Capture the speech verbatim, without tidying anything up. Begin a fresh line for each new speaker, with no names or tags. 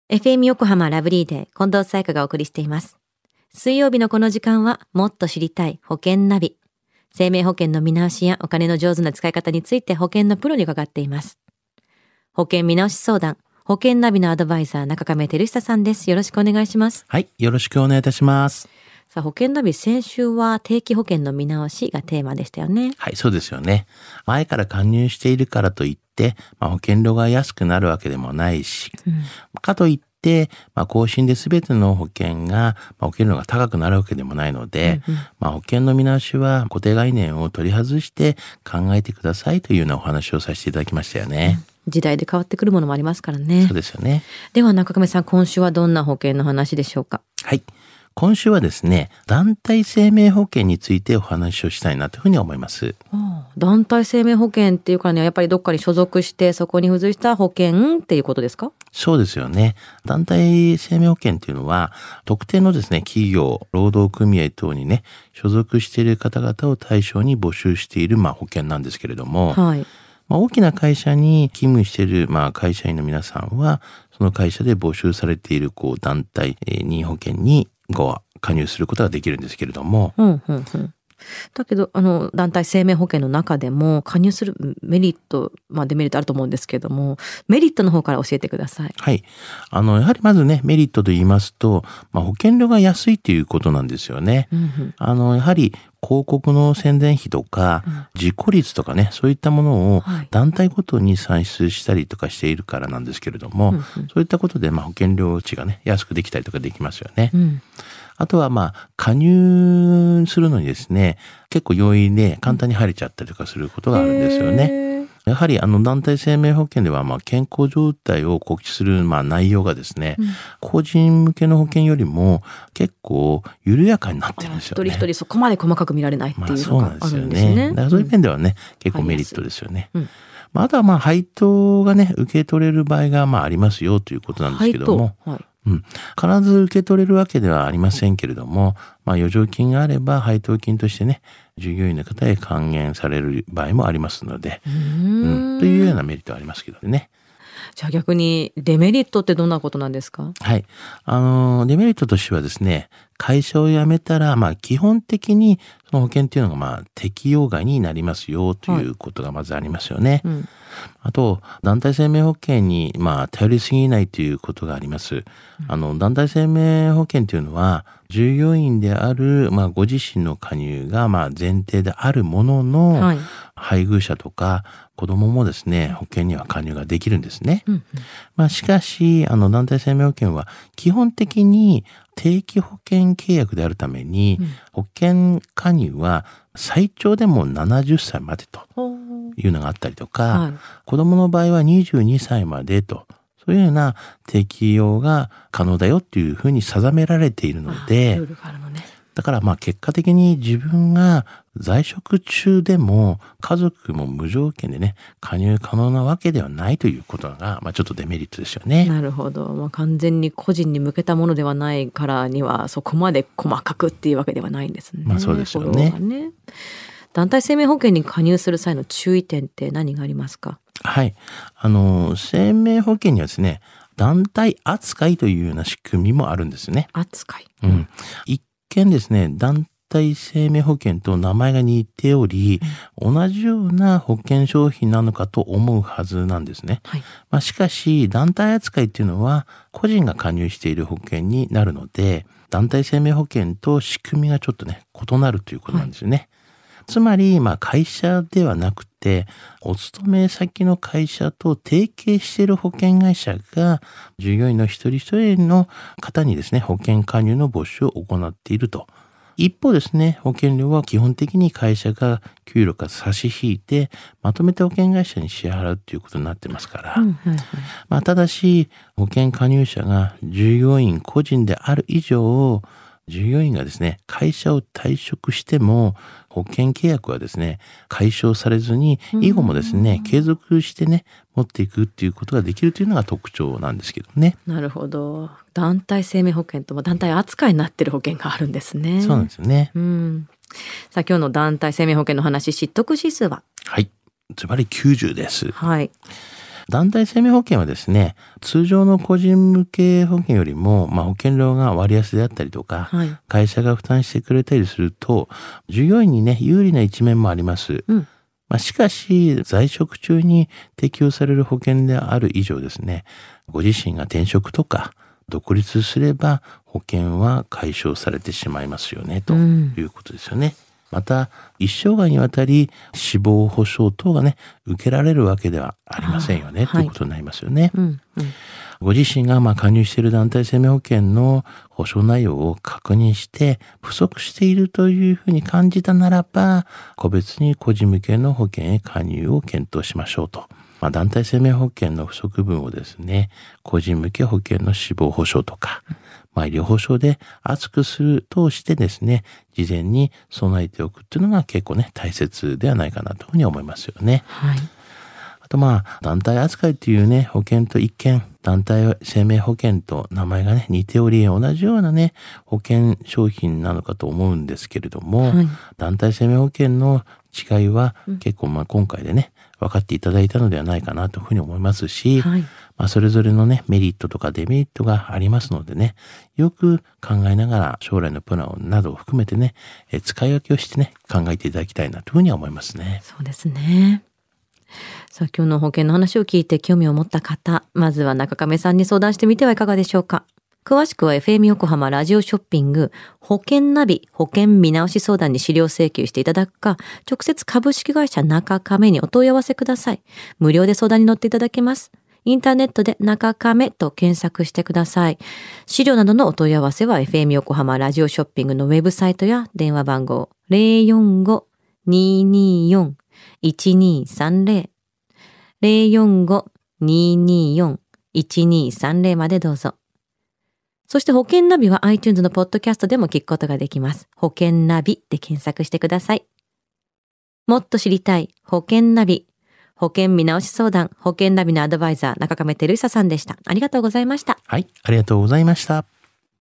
エフエム 横浜ラブリーデー近藤紗友香がお送りしています。水曜日のこの時間はもっと知りたい保険ナビ。生命保険の見直しやお金の上手な使い方について保険のプロに伺っています。保険見直し相談、保険ナビのアドバイザー中亀照久さんです。よろしくお願いします。
はい、よろしくお願いいたします。
さあ、保険ナビ先週は定期保険の見直しがテーマでしたよね。
はい、そうですよね。前から加入しているからといって、まあ、保険料が安くなるわけでもないし、うん、かといって、まあ、更新で全ての保険が、まあ、保険料が高くなるわけでもないので、うんうん、まあ、保険の見直しは固定概念を取り外して考えてくださいというようなお話をさせていただきましたよね。
うん、時代で変わってくるものもありますからね。
そうですよね。
では中亀さん、今週はどんな保険の話でしょうか？
はい。今週はですね、団体生命保険についてお話をしたいなというふうに思います。
ああ、団体生命保険っていうからね、やっぱりどっかに所属してそこに付随した保険っていうことですか？
そうですよね。団体生命保険っていうのは、特定のですね、企業、労働組合等にね、所属している方々を対象に募集している、まあ、保険なんですけれども、はい。まあ、大きな会社に勤務している、まあ、会社員の皆さんは、その会社で募集されているこう団体任意保険にご加入することができるんですけれども、
うんうんうん、だけどあの団体生命保険の中でも加入するメリット、まあ、デメリットあると思うんですけれども、メリットの方から教えてください。
はい。あのやはりまずね、メリットと言いますと、まあ、保険料が安いということなんですよね。うんうん、あのやはり広告の宣伝費とか、うん、事故率とかね、そういったものを団体ごとに算出したりとかしているからなんですけれども、うんうん、そういったことでまあ保険料値がね、安くできたりとかできますよね。うん、あとはまあ加入するのにですね、結構容易で簡単に入れちゃったりとかすることがあるんですよね。やはりあの団体生命保険ではまあ健康状態を告知するまあ内容がですね、うん、個人向けの保険よりも結構緩やかになってるんですよね。
一人一人そこまで細かく見られないっていうのがあるんですね。まあ、そうなんですよね。
だからそういう面ではね、うん、結構メリットですよね。うん、まあ、あとはまあ配当がね受け取れる場合がまあありますよということなんですけども。はい、うん、必ず受け取れるわけではありませんけれども、まあ余剰金があれば配当金としてね、従業員の方へ還元される場合もありますので、うん、うん、というようなメリットはありますけどね。
じゃあ逆にデメリットってどんなことなんですか？
はい。あの、デメリットとしてはですね、会社を辞めたら、まあ基本的にその保険っていうのがまあ適用外になりますよということがまずありますよね。はい、うん、あと、団体生命保険にまあ頼りすぎないということがあります。うん、あの、団体生命保険というのは、従業員であるまあご自身の加入がまあ前提であるものの、はい、配偶者とか子供もですね、保険には加入ができるんですね。うんうん、まあ、しかし、あの、団体生命保険は基本的に定期保険契約であるために、うん、保険加入は最長でもななじゅっさいまでというのがあったりとか、はい、子供の場合はにじゅうにさいまでと、そういうような適用が可能だよっていうふうに定められているので、ルールがあるのね。だからまあ結果的に自分が在職中でも家族も無条件でね加入可能なわけではないということがまあちょっとデメリットですよね。
なるほど、まあ、完全に個人に向けたものではないからにはそこまで細かくっていうわけではないんですね。
まあそうですよね。
ね、団体生命保険に加入する際の注意点って何がありますか？
はい、あの生命保険にはですね、団体扱いというような仕組みもあるんですね。
扱い、
うん、一見ですね、団体生命保険と名前が似ており、うん、同じような保険商品なのかと思うはずなんですね。はい、まあ、しかし団体扱いっていうのは個人が加入している保険になるので、団体生命保険と仕組みがちょっとね異なるということなんですよね。はい、つまり、まあ、会社ではなくて、お勤め先の会社と提携している保険会社が、従業員の一人一人の方にですね、保険加入の募集を行っていると。一方ですね、保険料は基本的に会社が給料から差し引いて、まとめて保険会社に支払うということになってますから。うんはいはい、まあ、ただし、保険加入者が従業員個人である以上、従業員がですね、会社を退職しても保険契約はですね、解消されずに、以後もですね、継続してね、持っていくっていうことができるというのが特徴なんですけどね。
なるほど。団体生命保険とも団体扱いになっている保険があるんですね。
そうなんですよね。
うん。さあ今日の団体生命保険の話、知得指数は？
はい。ズバリきゅうじゅうです。
はい。
団体生命保険はですね、通常の個人向け保険よりも、まあ、保険料が割安であったりとか、はい、会社が負担してくれたりすると、従業員にね、有利な一面もあります。うんまあ、しかし、在職中に適用される保険である以上ですね、ご自身が転職とか独立すれば保険は解消されてしまいますよね、ということですよね。うん、また、一生涯にわたり死亡保障等がね、受けられるわけではありませんよね、ということになりますよね。うんうんご自身がまあ加入している団体生命保険の保証内容を確認して不足しているというふうに感じたならば、個別に個人向けの保険へ加入を検討しましょうと。まあ、団体生命保険の不足分をですね、個人向け保険の死亡保障とか、まあ、医療保障で厚くするとしてですね、事前に備えておくっていうのが結構ね、大切ではないかなというふうに思いますよね。はい。あとまあ、団体扱いっていうね、保険と一見、団体生命保険と名前がね、似ており、同じようなね、保険商品なのかと思うんですけれども、はい、団体生命保険の違いは結構まあ今回でね、分かっていただいたのではないかなというふうに思いますし、はい、まあそれぞれのね、メリットとかデメリットがありますのでね、よく考えながら将来のプランなどを含めてね、え使い分けをしてね、考えていただきたいなというふうには思いますね。
そうですね。さあ今日の保険の話を聞いて興味を持った方、まずは中亀さんに相談してみてはいかがでしょうか。詳しくは エフエム 横浜ラジオショッピング保険ナビ保険見直し相談に資料請求していただくか、直接株式会社中亀にお問い合わせください。無料で相談に乗っていただけます。インターネットで中亀と検索してください。資料などのお問い合わせは エフエム 横浜ラジオショッピングのウェブサイトや電話番号 ゼロよんご にーにーよん いちにーさんゼロゼロよんご にーにーよん いちにーさんゼロまでどうぞ。そして保険ナビは iTunes のポッドキャストでも聞くことができます。保険ナビで検索してください。もっと知りたい保険ナビ。保険見直し相談、保険ナビのアドバイザー、中亀照久さんでした。ありがとうございました。
はい、ありがとうございました。